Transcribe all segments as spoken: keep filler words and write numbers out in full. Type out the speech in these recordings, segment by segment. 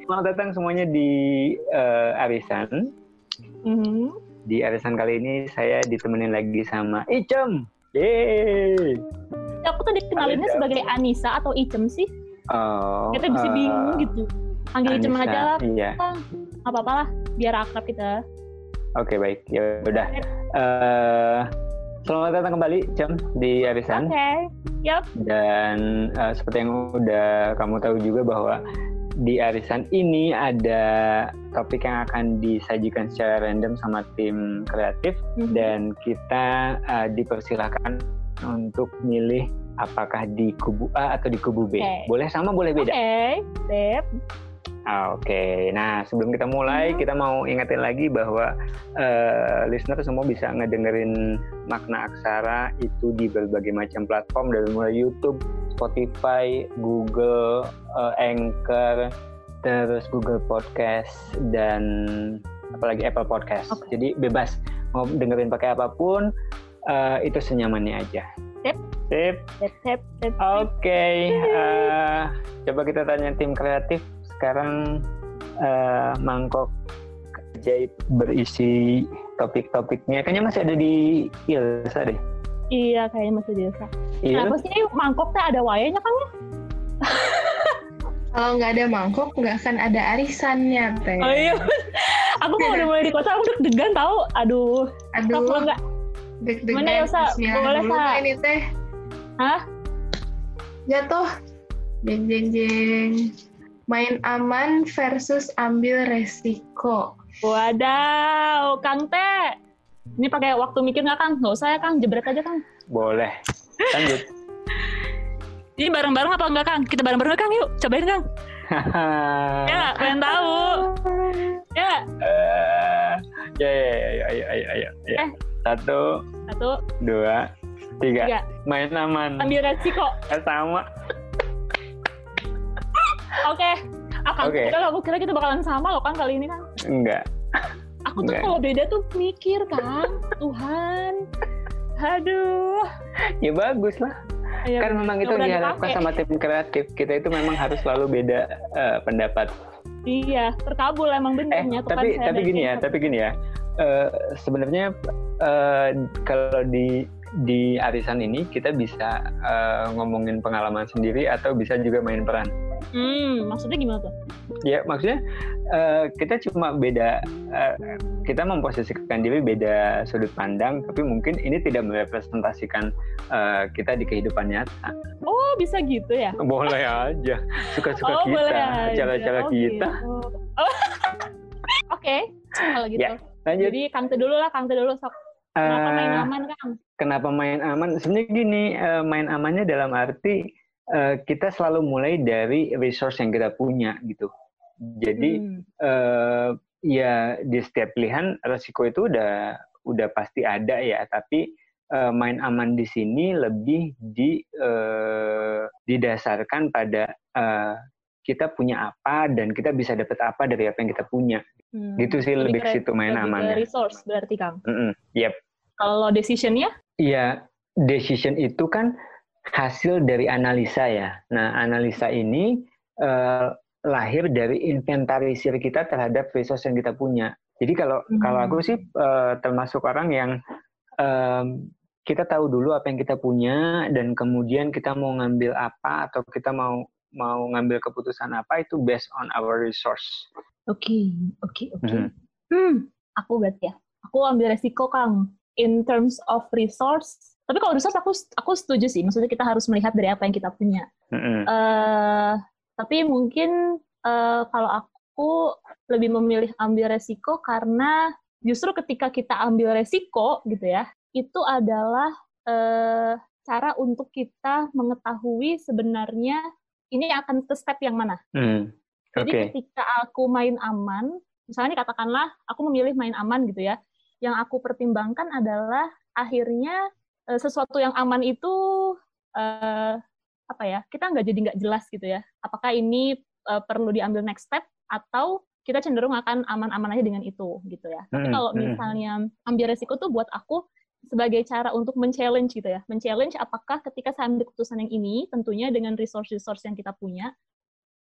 Selamat datang semuanya di uh, Arisan. Mm-hmm. Di Arisan kali ini saya ditemenin lagi sama Icem. Yeay. Ya, aku tuh dikenalinnya Halo, sebagai Anissa atau Icem sih. Oh, Kita bisa uh, bingung gitu. Panggil Icem Anissa, aja lah. Iya. Nggak apa-apa lah, biar akrab kita. Oke, baik. Ya udah. Uh, selamat datang kembali, Icem, di Arisan. Oke. Okay. Yap. Dan uh, seperti yang udah kamu tahu juga bahwa di Arisan ini ada topik yang akan disajikan secara random sama tim kreatif, mm-hmm. dan kita uh, dipersilahkan untuk milih apakah di kubu A atau di kubu B. Okay. Boleh sama, boleh beda. Oke, okay. Sip. Oke, okay. Nah sebelum kita mulai, hmm. kita mau ingetin lagi bahwa uh, listener semua bisa ngedengerin Makna Aksara itu di berbagai macam platform, dari mulai YouTube, Spotify, Google, uh, Anchor, terus Google Podcast, dan apalagi Apple Podcast. Okay. Jadi bebas mau dengerin pakai apapun, uh, itu senyamannya aja. Sip. Sip. Sip, sip, sip. Oke, okay. uh, coba kita tanya tim kreatif. Sekarang uh, mangkok ajaib berisi topik-topiknya kayaknya masih ada di Ilsa deh. Iya, kayaknya masih di Ilsa. Iya. Kenapa sih mangkoknya ada wayanya kan ya? Kalau nggak ada mangkok, nggak akan ada arisannya, Teh. Oh iya. Aku mau udah mulai di kota, aku deg-degan tahu. Aduh. Aduh. Kalau nggak. Deg-degan. Mana Ilsa? Boleh Kak? Ini Teh. Hah? Jatuh. Jeng jeng jeng. Main aman versus ambil resiko. Wadaw, Kang Teh. Ini pakai waktu mikir nggak Kang? Nggak usah ya Kang, jebret aja Kang. Boleh, lanjut. Ini bareng-bareng apa enggak Kang? Kita bareng-bareng Kang, yuk cobain Kang. Ya, pengen tahu. Ya. Uh, ya, ya, ya, ya, ya, ya, ya, ya. Eh. Satu, Satu, dua, tiga. tiga. Main aman. Ambil resiko. Sama. Oke, okay. Akan okay. kita aku kira kita bakalan sama loh kan kali ini kan? Enggak. Aku tuh kalau beda tuh mikir kan, Tuhan. Aduh. Ya bagus lah. Ya, kan memang itu diharapkan sama tim kreatif. Kita itu memang harus selalu beda uh, pendapat. Iya, terkabul emang benernya. Eh, tapi tapi gini ya, tapi gini ya. Uh, sebenarnya uh, kalau di di arisan ini kita bisa uh, ngomongin pengalaman sendiri atau bisa juga main peran. Hmm, maksudnya gimana tuh? Ya, maksudnya uh, kita cuma beda, uh, kita memposisikan diri beda sudut pandang, tapi mungkin ini tidak merepresentasikan uh, kita di kehidupan nyata. Oh, bisa gitu ya? Boleh aja, suka-suka oh, kita, cara-cara oh, kita. Gitu. Oh. Oke, okay. Kalau gitu. Ya, lanjut. Jadi Kang Teh dulu lah, Kang Teh dulu sok. Kenapa main aman Kang? Kenapa main aman? Sebenarnya gini, uh, main amannya dalam arti uh, kita selalu mulai dari resource yang kita punya gitu. Jadi hmm. uh, ya di setiap pilihan resiko itu udah udah pasti ada ya. Tapi uh, main aman di sini lebih di uh, didasarkan pada uh, kita punya apa dan kita bisa dapat apa dari apa yang kita punya. Hmm. Gitu sih lebih, lebih ke situ main aman. Resource berarti Kang. Mm-mm. Yep. Kalau decision-nya? Iya, decision itu kan hasil dari analisa ya. Nah, analisa ini uh, lahir dari inventarisir kita terhadap resource yang kita punya. Jadi kalau hmm. kalau aku sih uh, termasuk orang yang um, kita tahu dulu apa yang kita punya dan kemudian kita mau ngambil apa atau kita mau mau ngambil keputusan apa itu based on our resource. Oke, oke, oke. Hmm, aku berarti ya. Aku ambil resiko Kang. In terms of resource, tapi kalau resource aku aku setuju sih. Maksudnya kita harus melihat dari apa yang kita punya. Mm-hmm. Uh, tapi mungkin uh, kalau aku lebih memilih ambil resiko karena justru ketika kita ambil resiko gitu ya, itu adalah uh, cara untuk kita mengetahui sebenarnya ini akan ke step yang mana. Mm. Okay. Jadi ketika aku main aman, misalnya katakanlah aku memilih main aman gitu ya. Yang aku pertimbangkan adalah akhirnya e, sesuatu yang aman itu e, apa ya, kita nggak jadi nggak jelas gitu ya. Apakah ini e, perlu diambil next step atau kita cenderung akan aman-aman aja dengan itu gitu ya. Tapi kalau misalnya ambil resiko tuh buat aku sebagai cara untuk men-challenge gitu ya. Men-challenge apakah ketika saya ambil keputusan yang ini, tentunya dengan resource-resource yang kita punya,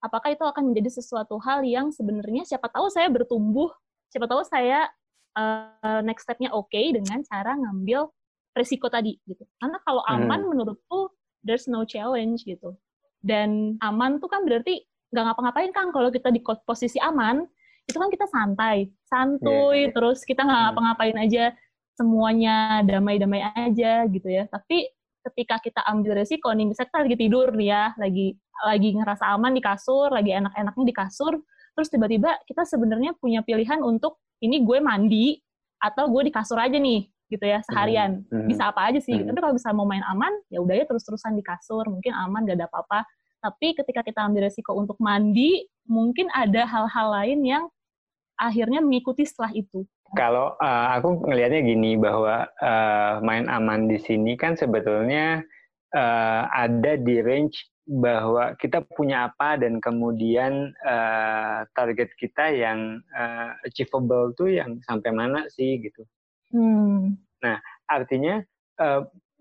apakah itu akan menjadi sesuatu hal yang sebenarnya siapa tahu saya bertumbuh, siapa tahu saya uh, next step-nya oke okay dengan cara ngambil resiko tadi gitu. Karena kalau aman hmm. menurutku there's no challenge gitu. Dan aman tuh kan berarti nggak ngapa-ngapain kan. Kalau kita di posisi aman, itu kan kita santai, santuy, yeah. terus kita nggak ngapa-ngapain aja, semuanya damai-damai aja gitu ya. Tapi ketika kita ambil resiko nih, misalnya kita lagi tidur nih ya, lagi lagi ngerasa aman di kasur, lagi enak-enaknya di kasur, terus tiba-tiba kita sebenarnya punya pilihan untuk ini gue mandi atau gue di kasur aja nih gitu ya seharian. Mm-hmm. Bisa apa aja sih. Mm-hmm. Tapi kalau bisa mau main aman, ya udah ya terus-terusan di kasur, mungkin aman gak ada apa-apa. Tapi ketika kita ambil resiko untuk mandi, mungkin ada hal-hal lain yang akhirnya mengikuti setelah itu. Kalau uh, aku ngelihatnya gini, bahwa uh, main aman di sini kan sebetulnya uh, ada di range bahwa kita punya apa dan kemudian uh, target kita yang uh, achievable tuh yang sampai mana sih gitu. Hmm. Nah, artinya uh,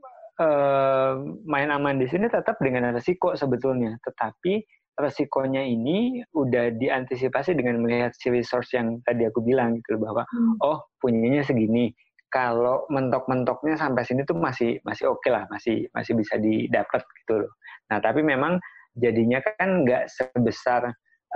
uh, main aman di sini tetap dengan resiko sebetulnya, tetapi resikonya ini udah diantisipasi dengan melihat si resource yang tadi aku bilang gitu bahwa hmm. oh punyanya segini, kalau mentok-mentoknya sampai sini tuh masih masih oke okay lah, masih masih bisa didapat gitu loh. Nah tapi memang jadinya kan nggak sebesar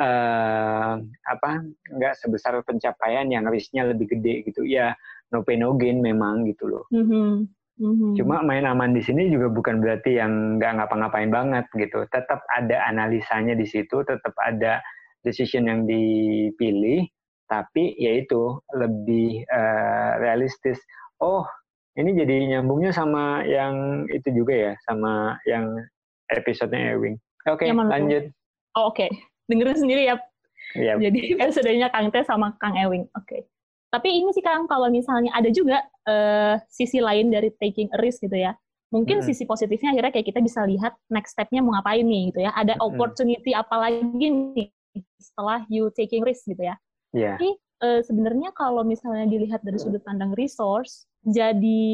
uh, apa nggak sebesar pencapaian yang risknya lebih gede gitu ya, no pain no gain memang gitu loh. Hmm. Mm-hmm. Cuma main aman di sini juga bukan berarti yang nggak ngapa-ngapain banget gitu. Tetap ada analisanya di situ, tetap ada decision yang dipilih, tapi yaitu lebih uh, realistis. Oh, ini jadi nyambungnya sama yang itu juga ya, sama yang episode-nya Ewing. Oke, okay, lanjut. Oh, oke, okay. Dengerin sendiri ya. Yep. Jadi episode-nya Kang Teh sama Kang Ewing. Oke. Okay. Tapi ini sih Kang, kalau misalnya ada juga uh, sisi lain dari taking a risk gitu ya. Mungkin mm-hmm. sisi positifnya akhirnya kayak kita bisa lihat next step-nya mau ngapain nih gitu ya. Ada mm-hmm. opportunity apa lagi nih setelah you taking risk gitu ya. Yeah. Tapi uh, sebenarnya kalau misalnya dilihat dari sudut pandang resource, jadi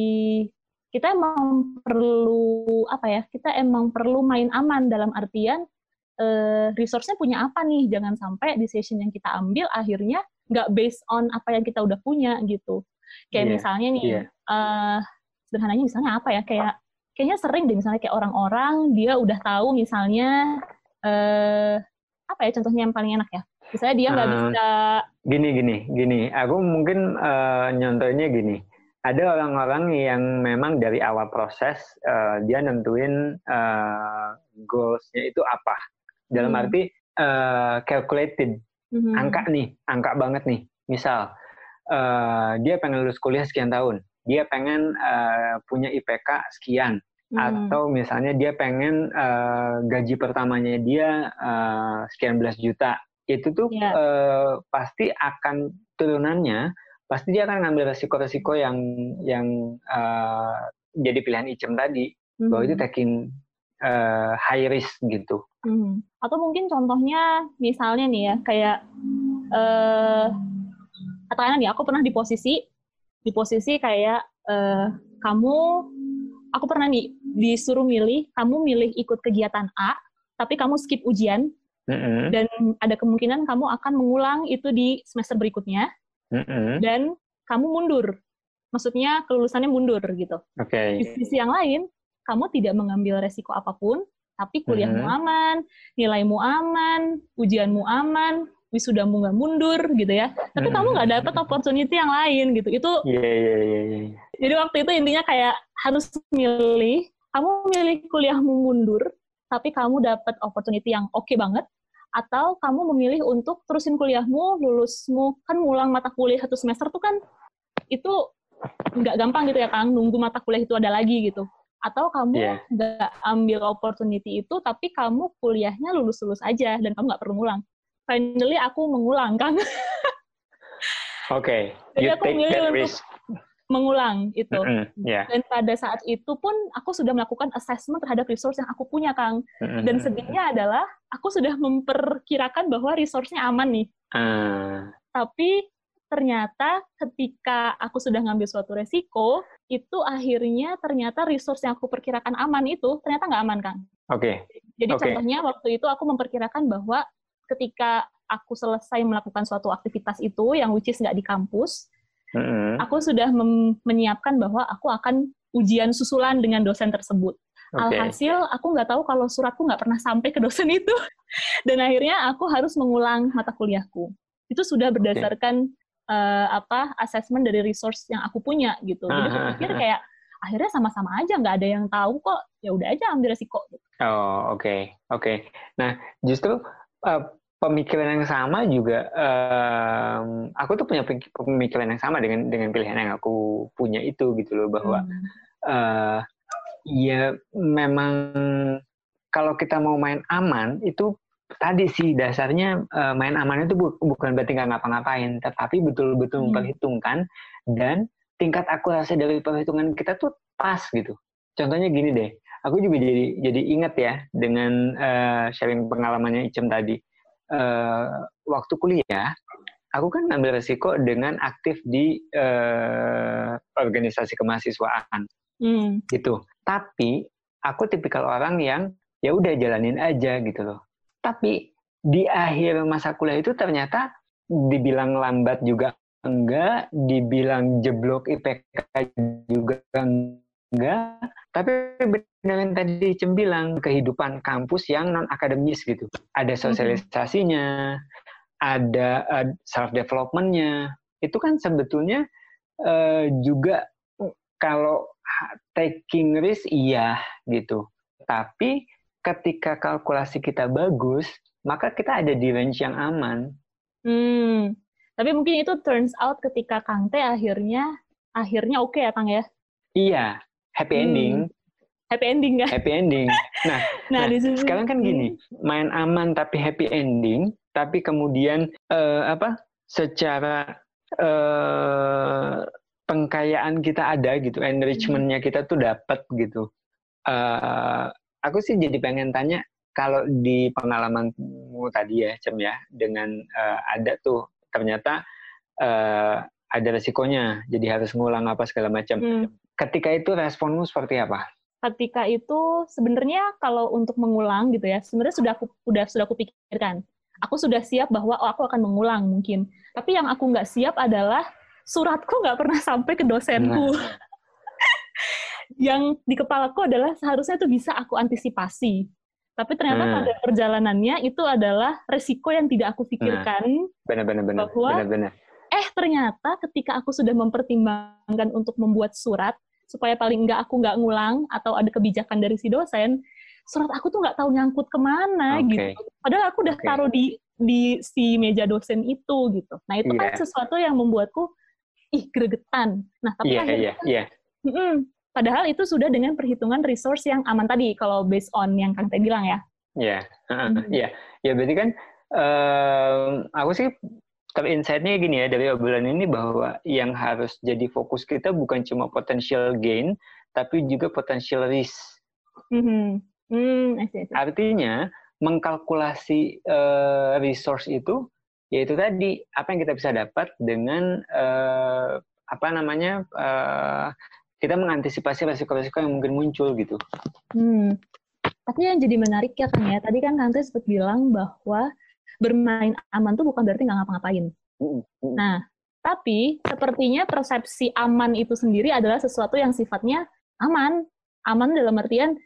kita emang perlu apa ya? Kita emang perlu main aman dalam artian uh, resource-nya punya apa nih? Jangan sampai decision yang kita ambil akhirnya nggak based on apa yang kita udah punya gitu. Kayak yeah, misalnya nih, yeah. uh, sederhananya misalnya apa ya, kayak kayaknya sering deh misalnya kayak orang-orang dia udah tahu misalnya uh, apa ya contohnya yang paling enak ya. Misalnya dia nggak uh, bisa. Gini gini gini, aku mungkin uh, nyontohnya gini. Ada orang-orang yang memang dari awal proses uh, dia nentuin uh, goals-nya itu apa. Dalam hmm. arti uh, calculated. Mm-hmm. Angka nih, angka banget nih. Misal, uh, dia pengen lulus kuliah sekian tahun, dia pengen uh, punya I P K sekian, mm-hmm. atau misalnya dia pengen uh, gaji pertamanya dia uh, sekian belas juta. Itu tuh yeah. uh, pasti akan turunannya, pasti dia akan ngambil resiko-resiko yang yang uh, jadi pilihan Icem tadi, mm-hmm. bahwa itu taking Uh, high risk gitu. Hmm. Atau mungkin contohnya misalnya nih ya kayak uh, katakanlah nih aku pernah di posisi di posisi kayak uh, kamu aku pernah nih disuruh milih, kamu milih ikut kegiatan A tapi kamu skip ujian mm-hmm. dan ada kemungkinan kamu akan mengulang itu di semester berikutnya mm-hmm. dan kamu mundur, maksudnya kelulusannya mundur gitu. Okay. Di sisi yang lain kamu tidak mengambil resiko apapun, tapi kuliahmu mm-hmm. aman, nilaimu aman, ujianmu aman, wisudamu nggak mundur gitu ya. Tapi mm-hmm. kamu nggak dapat opportunity yang lain gitu. Itu. Iya yeah, iya yeah, iya. Yeah, yeah. Jadi waktu itu intinya kayak harus milih, kamu milih kuliahmu mundur, tapi kamu dapat opportunity yang oke okay banget, atau kamu memilih untuk terusin kuliahmu, lulusmu, kan ngulang mata kuliah satu semester tuh kan itu nggak gampang gitu ya Kang, nunggu mata kuliah itu ada lagi gitu. Atau kamu nggak yeah. ambil opportunity itu, tapi kamu kuliahnya lulus-lulus aja, dan kamu nggak perlu ngulang. Finally, aku mengulang, Kang. Oke, okay. Jadi you aku take milih that untuk risk. Mengulang, itu. Mm-hmm. Yeah. Dan pada saat itu pun, aku sudah melakukan assessment terhadap resource yang aku punya, Kang. Mm-hmm. Dan sedihnya adalah, aku sudah memperkirakan bahwa resource-nya aman nih. Uh. Tapi, ternyata ketika aku sudah ngambil suatu resiko, itu akhirnya ternyata resource yang aku perkirakan aman itu ternyata nggak aman, Kang. Oke. Okay. Jadi okay. contohnya waktu itu aku memperkirakan bahwa ketika aku selesai melakukan suatu aktivitas itu, yang which is nggak di kampus, mm-hmm. aku sudah mem- menyiapkan bahwa aku akan ujian susulan dengan dosen tersebut. Okay. Alhasil, aku nggak tahu kalau suratku nggak pernah sampai ke dosen itu. Dan akhirnya aku harus mengulang mata kuliahku. Itu sudah berdasarkan okay. uh, apa asesmen dari resource yang aku punya gitu. Jadi aku pikir kayak akhirnya sama-sama aja, nggak ada yang tahu kok. Ya udah aja ambil resiko. Gitu. Oh oke okay. oke. Okay. Nah justru uh, pemikiran yang sama juga, um, aku tuh punya pemikiran yang sama dengan dengan pilihan yang aku punya itu gitu loh, bahwa hmm. uh, ya memang kalau kita mau main aman itu tadi sih dasarnya uh, main aman itu bu- bukan berarti nggak ngapa-ngapain, tetapi betul-betul hmm. memperhitungkan dan tingkat akurasi dari perhitungan kita tuh pas gitu. Contohnya gini deh, aku juga jadi jadi ingat ya dengan uh, sharing pengalamannya Icem tadi. Uh, waktu kuliah, aku kan ambil resiko dengan aktif di uh, organisasi kemahasiswaan, hmm. gitu. Tapi aku tipikal orang yang ya udah jalanin aja gitu loh. Tapi di akhir masa kuliah itu ternyata dibilang lambat juga enggak, dibilang jeblok I P K juga enggak, tapi benar yang tadi Cem bilang, kehidupan kampus yang non-akademis gitu. Ada sosialisasinya, ada uh, self-development-nya. Itu kan sebetulnya uh, juga kalau taking risk iya gitu. Tapi ketika kalkulasi kita bagus, maka kita ada di range yang aman. Hmm. Tapi mungkin itu turns out ketika Kang Teh akhirnya akhirnya oke okay ya Kang ya? Iya, happy ending. Hmm. Happy ending kan? Happy ending. Nah, nah, nah sekarang kan gini, main aman tapi happy ending, tapi kemudian uh, apa? Secara uh, pengkayaan kita ada gitu, enrichment-nya kita tuh dapat gitu. Uh, aku sih jadi pengen tanya, kalau di pengalamanmu tadi ya, Cem ya, dengan uh, ada tuh ternyata uh, ada resikonya, jadi harus ngulang apa segala macam. Hmm. Ketika itu responmu seperti apa? Ketika itu sebenarnya kalau untuk mengulang gitu ya, sebenarnya sudah aku sudah sudah aku pikirkan. Aku sudah siap bahwa oh, aku akan mengulang mungkin. Tapi yang aku nggak siap adalah suratku nggak pernah sampai ke dosenku. Nah. Yang di kepalaku adalah seharusnya itu bisa aku antisipasi. Tapi ternyata hmm. pada perjalanannya itu adalah resiko yang tidak aku pikirkan. Nah, benar-benar. Bahwa benar-benar. eh ternyata ketika aku sudah mempertimbangkan untuk membuat surat, supaya paling enggak aku nggak ngulang, atau ada kebijakan dari si dosen, surat aku tuh nggak tahu nyangkut kemana okay. gitu. Padahal aku udah okay. taruh di di si meja dosen itu gitu. Nah itu yeah. kan sesuatu yang membuatku ih gregetan. Nah tapi yeah, akhirnya yeah, yeah. padahal itu sudah dengan perhitungan resource yang aman tadi, kalau based on yang Kang Teh bilang ya. Iya, yeah. uh, yeah. ya berarti kan uh, aku sih terinsight-nya gini ya dari obrolan ini, bahwa yang harus jadi fokus kita bukan cuma potential gain, tapi juga potential risk. Mm-hmm. Mm, I see, I see. Artinya mengkalkulasi uh, resource itu, yaitu tadi apa yang kita bisa dapat dengan uh, apa namanya uh, kita mengantisipasi resiko-resiko yang mungkin muncul gitu. Hmm. Tapi yang jadi menarik ya Kang ya, tadi kan Kang Teh sempat bilang bahwa bermain aman tuh bukan berarti nggak ngapa-ngapain. Hmm. Nah, tapi sepertinya persepsi aman itu sendiri adalah sesuatu yang sifatnya aman. Aman dalam artian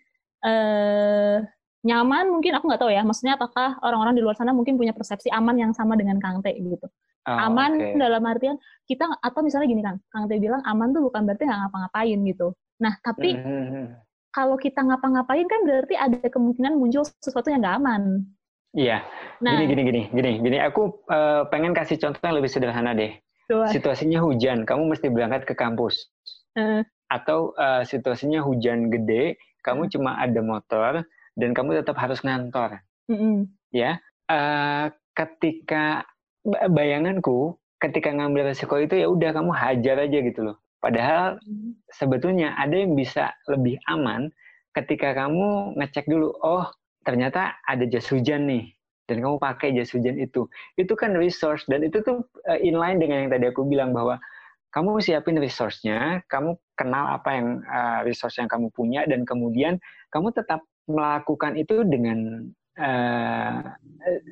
eh, nyaman, mungkin aku nggak tahu ya. Maksudnya apakah orang-orang di luar sana mungkin punya persepsi aman yang sama dengan Kang Teh gitu. Oh, aman okay. dalam artian kita, atau misalnya gini Kang, Kang Teh bilang aman tuh bukan berarti nggak ngapa-ngapain gitu. Nah tapi mm-hmm. kalau kita ngapa-ngapain kan berarti ada kemungkinan muncul sesuatu yang nggak aman. Iya. Nah, gini gini gini gini gini. Aku uh, pengen kasih contoh yang lebih sederhana deh. Coba. Situasinya hujan, kamu mesti berangkat ke kampus. Uh. Atau uh, situasinya hujan gede, kamu uh. cuma ada motor dan kamu tetap harus ngantor. Uh-uh. Ya. Uh, ketika bayanganku ketika ngambil resiko itu ya udah kamu hajar aja gitu loh. Padahal hmm. sebetulnya ada yang bisa lebih aman ketika kamu ngecek dulu, oh ternyata ada jas hujan nih, dan kamu pakai jas hujan itu. Itu kan resource, dan itu tuh inline dengan yang tadi aku bilang, bahwa kamu siapin resource-nya, kamu kenal apa yang uh, resource yang kamu punya, dan kemudian kamu tetap melakukan itu dengan Uh,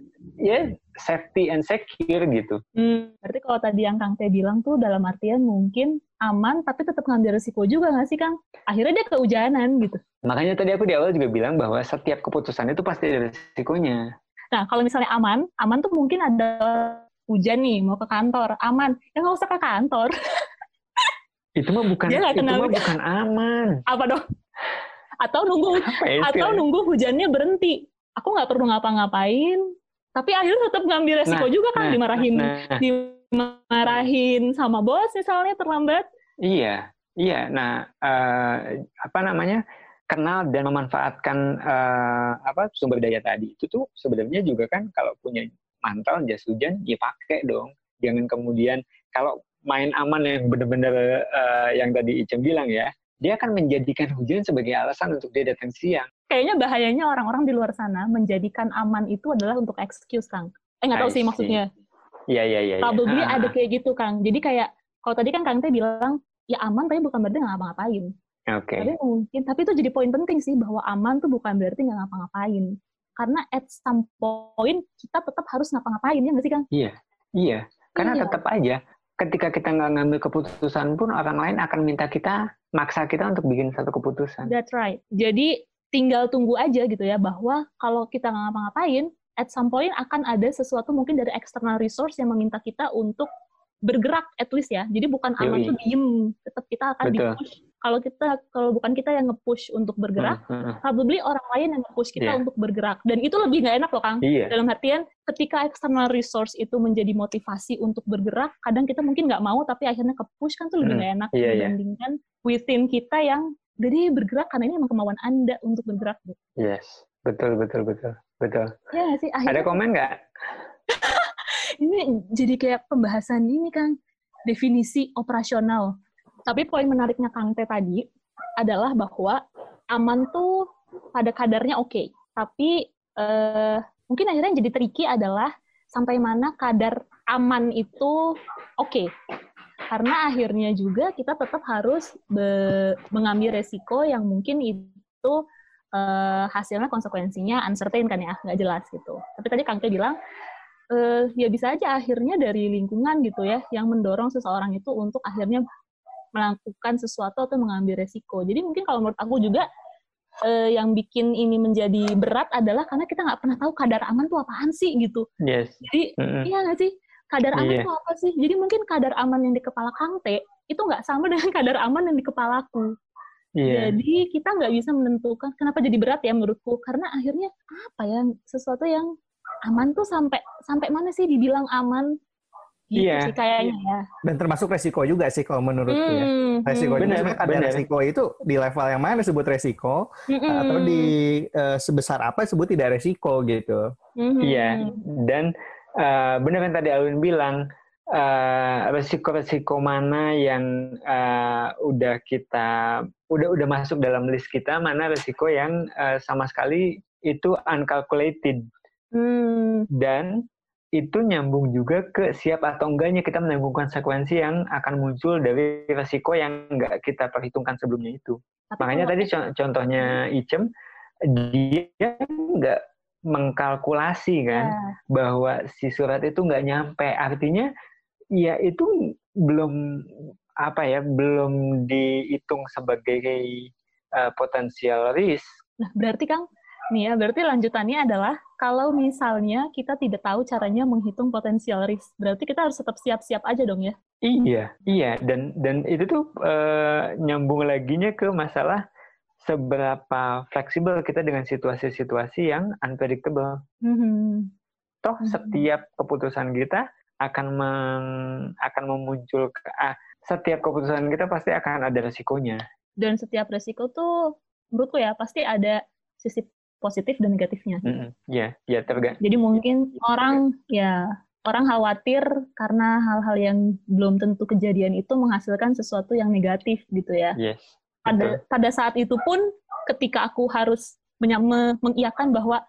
ya safety and secure gitu. Hmm, berarti kalau tadi yang Kang Teh bilang tuh dalam artian mungkin aman tapi tetap ngambil risiko juga nggak sih Kang? Akhirnya dia kehujanan gitu. Makanya tadi aku di awal juga bilang bahwa setiap keputusan itu pasti ada risikonya. Nah kalau misalnya aman, aman tuh mungkin ada hujan nih mau ke kantor, aman. Ya nggak usah ke kantor. Itu mah bukan itu mah bukan aman. Apa dong? Atau nunggu ya, atau nunggu hujannya berhenti. Aku nggak perlu ngapa-ngapain, tapi akhirnya tetap ngambil resiko nah, juga kan nah, dimarahin nah. dimarahin sama bos misalnya terlambat. Iya, iya. Nah, uh, apa namanya? Kenal dan memanfaatkan uh, apa sumber daya tadi itu tuh sebenarnya juga kan kalau punya mantel jas hujan ya pakai dong. Jangan kemudian kalau main aman yang benar-benar uh, yang tadi Icem bilang ya, dia akan menjadikan hujan sebagai alasan untuk dia datang siang. Kayaknya bahayanya orang-orang di luar sana menjadikan aman itu adalah untuk excuse, Kang. Eh, nggak tahu sih maksudnya. Iya, iya, iya. Probably ya. Ada kayak gitu, Kang. Jadi kayak, kalau tadi kan Kang Teh bilang, ya aman tapi bukan berarti nggak ngapa-ngapain. Oke. Okay. Tapi mungkin, tapi itu jadi poin penting sih, bahwa aman tuh bukan berarti nggak ngapa-ngapain. Karena at some point, kita tetap harus ngapa-ngapain, ya nggak sih, Kang? Iya, iya. Karena iya. tetap aja, ketika kita nggak ngambil keputusan pun, orang lain akan minta kita, maksa kita untuk bikin satu keputusan. That's right. Jadi, tinggal tunggu aja gitu ya, bahwa kalau kita nggak ngapa-ngapain, at some point akan ada sesuatu mungkin dari external resource yang meminta kita untuk bergerak at least ya. Jadi bukan aman tuh diem, tetap kita akan di-push. Kalau kita, kalau bukan kita yang nge-push untuk bergerak, hmm, hmm. probably orang lain yang nge-push kita yeah. untuk bergerak. Dan itu lebih nggak enak loh, Kang. Yeah. Dalam artian, ketika external resource itu menjadi motivasi untuk bergerak, kadang kita mungkin nggak mau, tapi akhirnya ke-push kan tuh lebih nggak hmm. enak yeah, dibandingkan yeah. within kita yang jadi bergerak karena ini emang kemauan Anda untuk bergerak. Yes, betul, betul, betul, betul. Ya sih. Akhirnya, ada komen nggak? Ini jadi kayak pembahasan ini, Kang, definisi operasional. Tapi poin menariknya Kang Teh tadi adalah bahwa aman tuh pada kadarnya oke, okay. tapi eh, mungkin akhirnya yang jadi tricky adalah sampai mana kadar aman itu oke. Okay. Karena akhirnya juga kita tetap harus be- mengambil resiko yang mungkin itu uh, hasilnya konsekuensinya uncertain kan ya, nggak jelas gitu. Tapi tadi Kang Teh bilang, uh, ya bisa aja akhirnya dari lingkungan gitu ya, yang mendorong seseorang itu untuk akhirnya melakukan sesuatu atau mengambil resiko. Jadi mungkin kalau menurut aku juga, uh, yang bikin ini menjadi berat adalah karena kita nggak pernah tahu kadar aman tuh apaan sih gitu. Yes. Jadi, mm-hmm. iya nggak sih? Kadar aman itu yeah. apa sih? Jadi mungkin kadar aman yang di kepala Kang Teh itu nggak sama dengan kadar aman yang di kepalaku. Yeah. Jadi kita nggak bisa menentukan. Kenapa jadi berat ya menurutku? Karena akhirnya apa ya, sesuatu yang aman tuh sampai sampai mana sih dibilang aman? Gitu yeah. sih kayaknya ya. Dan termasuk resiko juga sih kalau menurutku hmm. ya. Resiko hmm. benar, ada benar. Resiko itu di level yang mana disebut resiko hmm. atau di uh, sebesar apa disebut tidak resiko gitu. Iya. Hmm. Dan Uh, benar yang tadi Alwin bilang, uh, resiko-resiko mana yang uh, udah kita udah udah masuk dalam list kita, mana resiko yang uh, sama sekali itu uncalculated. Hmm. Dan itu nyambung juga ke siap atau enggaknya kita menanggung konsekuensi yang akan muncul dari resiko yang enggak kita perhitungkan sebelumnya itu. Tapi makanya tadi co- contohnya Icem, dia enggak mengkalkulasi kan yeah. bahwa si surat itu nggak nyampe, artinya ya itu belum apa ya belum dihitung sebagai uh, potensial risk. Nah berarti Kang, nih ya berarti lanjutannya adalah kalau misalnya kita tidak tahu caranya menghitung potensial risk, berarti kita harus tetap siap-siap aja dong ya? Iya iya dan dan itu tuh uh, nyambung laginya ke masalah seberapa fleksibel kita dengan situasi-situasi yang unpredictable. Mm-hmm. Toh mm-hmm. setiap keputusan kita akan meng, akan memunculkan, ah, setiap keputusan kita pasti akan ada resikonya. Dan setiap resiko tuh, menurutku ya, pasti ada sisi positif dan negatifnya. Mm-hmm. Ya, ya tergantung. Jadi mungkin orang, ya, orang khawatir karena hal-hal yang belum tentu kejadian itu menghasilkan sesuatu yang negatif gitu ya. Yes. Pada, pada saat itu pun, ketika aku harus menyam, mengiyakan bahwa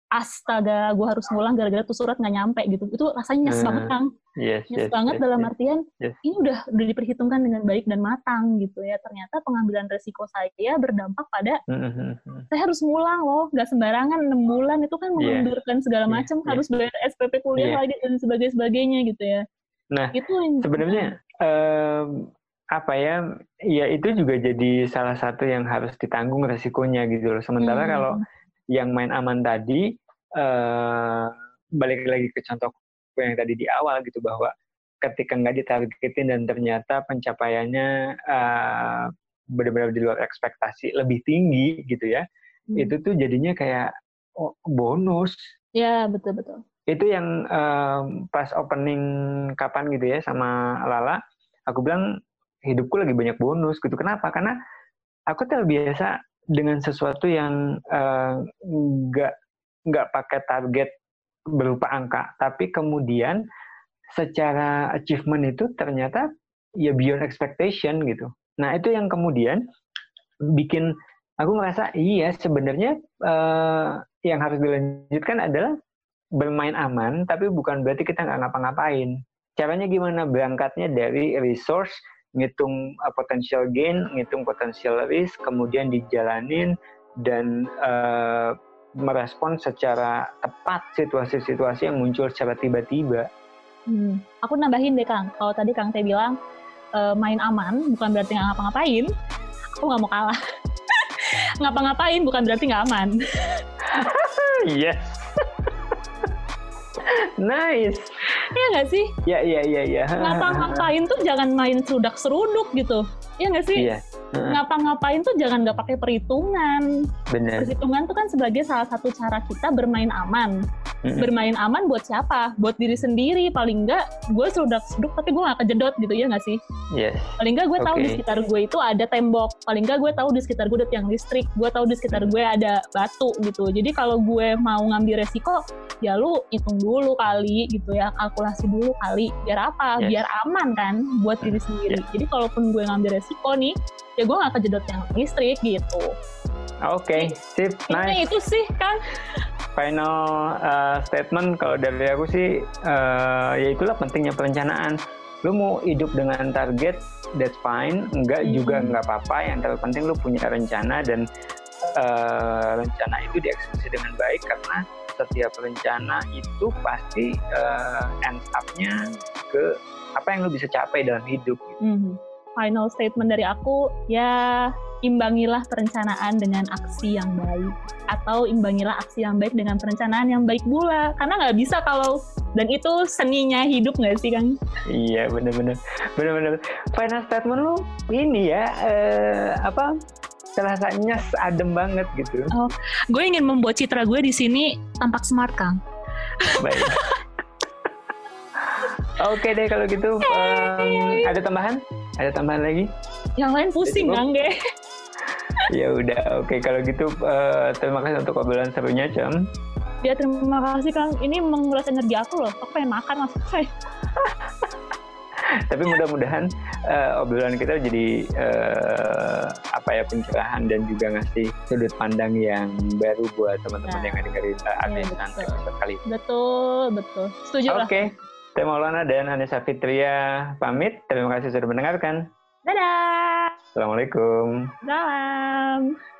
astaga, gue harus ngulang gara-gara tuh surat nggak nyampe gitu. Itu rasanya nyes uh, banget, Kang. Yes, nyes yes, banget yes, dalam yes, artian, yes. ini udah udah diperhitungkan dengan baik dan matang gitu ya. Ternyata pengambilan resiko saya berdampak pada, mm-hmm. saya harus ngulang loh, nggak sembarangan, enam bulan itu kan mengundurkan yeah. segala macam, yeah. harus bayar S P P kuliah yeah. lagi, dan sebagainya gitu ya. Nah, itu sebenarnya, um, apa ya, ya itu juga jadi salah satu yang harus ditanggung resikonya gitu loh. Sementara hmm. kalau yang main aman tadi, uh, balik lagi ke contoh yang tadi di awal gitu, bahwa ketika nggak ditargetin dan ternyata pencapaiannya uh, benar-benar di luar ekspektasi lebih tinggi gitu ya, hmm. itu tuh jadinya kayak oh, bonus. Ya, betul-betul. Itu yang um, pas opening kapan gitu ya sama Lala, aku bilang hidupku lagi banyak bonus gitu. Kenapa? Karena aku terbiasa dengan sesuatu yang nggak uh, nggak pakai target berupa angka, tapi kemudian secara achievement itu ternyata ya beyond expectation gitu. Nah itu yang kemudian bikin aku ngerasa iya sebenarnya uh, yang harus dilanjutkan adalah bermain aman, tapi bukan berarti kita nggak ngapa-ngapain. Caranya gimana? Berangkatnya dari resource, ngitung uh, potential gain, ngitung potential risk, kemudian dijalanin dan uh, merespon secara tepat situasi-situasi yang muncul secara tiba-tiba. Hmm. Aku nambahin deh Kang, kalau tadi Kang Teh bilang uh, main aman bukan berarti nggak ngapa-ngapain, aku nggak mau kalah. Ngapa-ngapain bukan berarti nggak aman. Yes. Nice. Iya nggak sih? Iya, iya, iya. Ya. Ngapa-ngapain tuh jangan main serudak-seruduk gitu. Iya nggak sih? Iya. Ngapa-ngapain tuh jangan nggak pakai perhitungan. Benar. Perhitungan tuh kan sebagai salah satu cara kita bermain aman. Mm-hmm. Bermain aman buat siapa? Buat diri sendiri. Paling nggak gue serudak-seruduk tapi gue nggak kejedot gitu, ya nggak sih? Yes. Paling nggak gue okay. tahu di sekitar gue itu ada tembok. Paling nggak gue tahu di sekitar gue ada tiang listrik. Gue tahu di sekitar gue ada batu gitu. Jadi kalau gue mau ngambil resiko, ya lu hitung dulu kali gitu ya, kalkulasi dulu kali. Biar apa? Yes. Biar aman kan buat diri sendiri. Yes. Jadi kalaupun gue ngambil resiko nih, ya gue nggak kejedot yang listrik gitu. Oke, okay, sip, nice. Ini itu sih kan. Final uh, statement kalau dari aku sih, uh, ya itulah pentingnya perencanaan. Lu mau hidup dengan target, that's fine. Enggak mm-hmm. juga nggak apa-apa. Yang terpenting lu punya rencana dan uh, rencana itu dieksekusi dengan baik, karena setiap rencana itu pasti uh, end up-nya ke apa yang lu bisa capai dalam hidup. Gitu. Mm-hmm. Final statement dari aku, ya imbangilah perencanaan dengan aksi yang baik. Atau imbangilah aksi yang baik dengan perencanaan yang baik pula. Karena nggak bisa kalau, dan itu seninya hidup nggak sih Kang? Iya benar-benar. Benar-benar. Final statement lu ini ya, eh, apa, rasanya adem banget gitu. Oh, gue ingin membuat citra gue di sini tampak smart Kang. Baik. Oke deh kalau gitu, um, ada tambahan? Ada tambahan lagi? Yang lain pusing Kang deh. Ya udah, oke kalau gitu uh, terima kasih untuk obrolan serunya, Cem. Ya terima kasih Kang. Ini menguras energi aku loh. Aku pengen makan langsung. Tapi mudah-mudahan uh, obrolan kita jadi uh, apa ya, pencerahan dan juga ngasih sudut pandang yang baru buat teman-teman ya. Yang dengerin uh, Arisan ya, episode kali ini. Betul, betul. Setuju lah. Oke, Teh Maulana dan Anissa Fitria pamit. Terima kasih sudah mendengarkan. Dadah. Assalamualaikum. Salam.